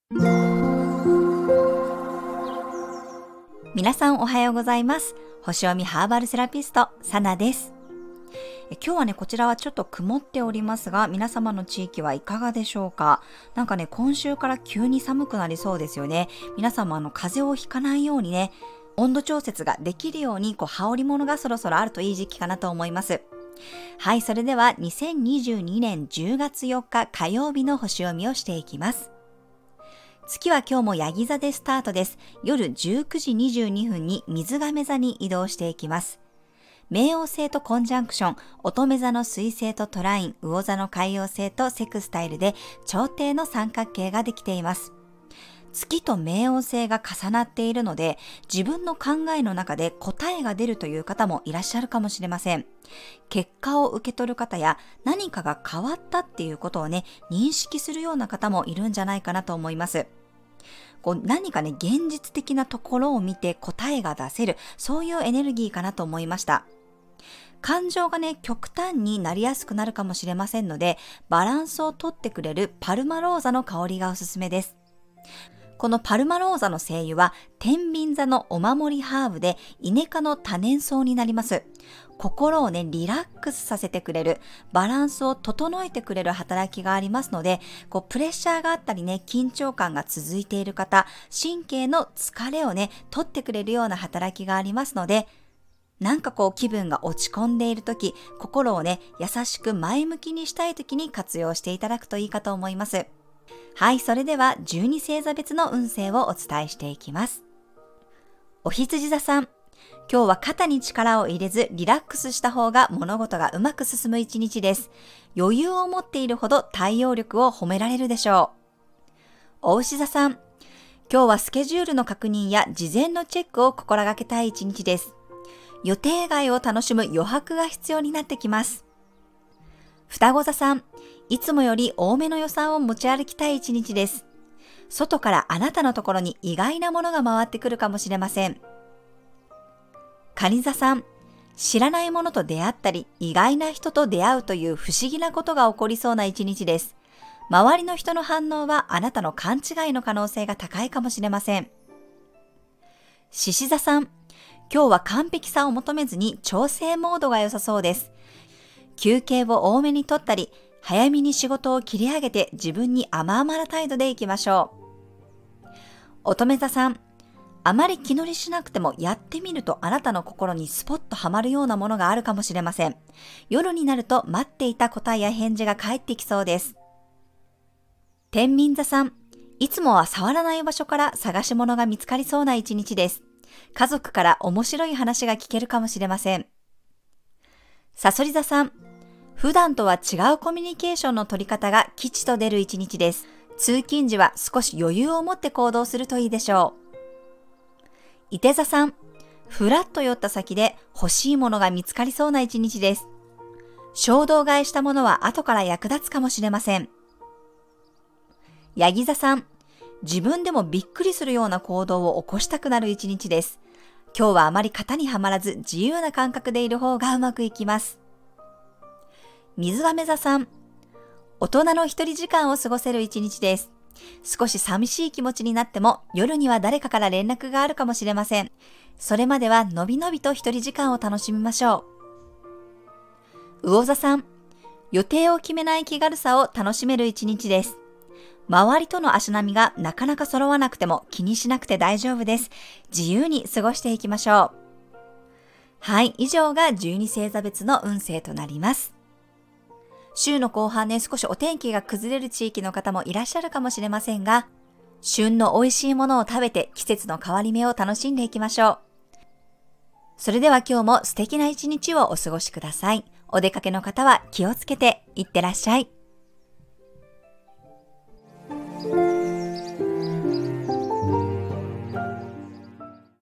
皆さんおはようございます。星読みハーバルセラピスト、サナです。今日はね、こちらはちょっと曇っておりますが、皆様の地域はいかがでしょうか。なんかね、今週から急に寒くなりそうですよね。皆様風邪をひかないようにね、温度調節ができるように羽織物がそろそろあるといい時期かなと思います。はい、それでは2022年10月4日火曜日の星読みをしていきます。月は今日もヤギ座でスタートです。夜19時22分に水亀座に移動していきます。冥王星とコンジャンクション、乙女座の水星とトライン、魚座の海王星とセクスタイルで頂点の三角形ができています。月と冥王星が重なっているので、自分の考えの中で答えが出るという方もいらっしゃるかもしれません。結果を受け取る方や何かが変わったっていうことをね、認識するような方もいるんじゃないかなと思います。何かね、現実的なところを見て答えが出せる、そういうエネルギーかなと思いました。感情がね、極端になりやすくなるかもしれませんので、バランスをとってくれるパルマローザの香りがおすすめです。このパルマローザの精油は天秤座のお守りハーブでイネ科の多年草になります。心をね、リラックスさせてくれる、バランスを整えてくれる働きがありますので、プレッシャーがあったりね、緊張感が続いている方、神経の疲れをね、取ってくれるような働きがありますので、なんか気分が落ち込んでいるとき、心をね、優しく前向きにしたいときに活用していただくといいかと思います。はい、それでは12星座別の運勢をお伝えしていきます。お羊座さん、今日は肩に力を入れずリラックスした方が物事がうまく進む一日です。余裕を持っているほど対応力を褒められるでしょう。お牛座さん、今日はスケジュールの確認や事前のチェックを心がけたい一日です。予定外を楽しむ余白が必要になってきます。双子座さん、いつもより多めの予算を持ち歩きたい一日です。外からあなたのところに意外なものが回ってくるかもしれません。蟹座さん、知らないものと出会ったり、意外な人と出会うという不思議なことが起こりそうな一日です。周りの人の反応はあなたの勘違いの可能性が高いかもしれません。獅子座さん、今日は完璧さを求めずに調整モードが良さそうです。休憩を多めに取ったり、早めに仕事を切り上げて自分に甘々な態度でいきましょう。乙女座さん、あまり気乗りしなくてもやってみるとあなたの心にスポッとはまるようなものがあるかもしれません。夜になると待っていた答えや返事が返ってきそうです。天秤座さん、いつもは触らない場所から探し物が見つかりそうな一日です。家族から面白い話が聞けるかもしれません。蠍座さん、普段とは違うコミュニケーションの取り方が吉と出る一日です。通勤時は少し余裕を持って行動するといいでしょう。射手座さん、ふらっと寄った先で欲しいものが見つかりそうな一日です。衝動買いしたものは後から役立つかもしれません。ヤギ座さん、自分でもびっくりするような行動を起こしたくなる一日です。今日はあまり型にはまらず自由な感覚でいる方がうまくいきます。水亀座さん、大人の一人時間を過ごせる一日です。少し寂しい気持ちになっても夜には誰かから連絡があるかもしれません。それまではのびのびと一人時間を楽しみましょう。魚座さん、予定を決めない気軽さを楽しめる一日です。周りとの足並みがなかなか揃わなくても気にしなくて大丈夫です。自由に過ごしていきましょう。はい、以上が12星座別の運勢となります。週の後半ね、少しお天気が崩れる地域の方もいらっしゃるかもしれませんが、旬の美味しいものを食べて季節の変わり目を楽しんでいきましょう。それでは今日も素敵な一日をお過ごしください。お出かけの方は気をつけていってらっしゃい。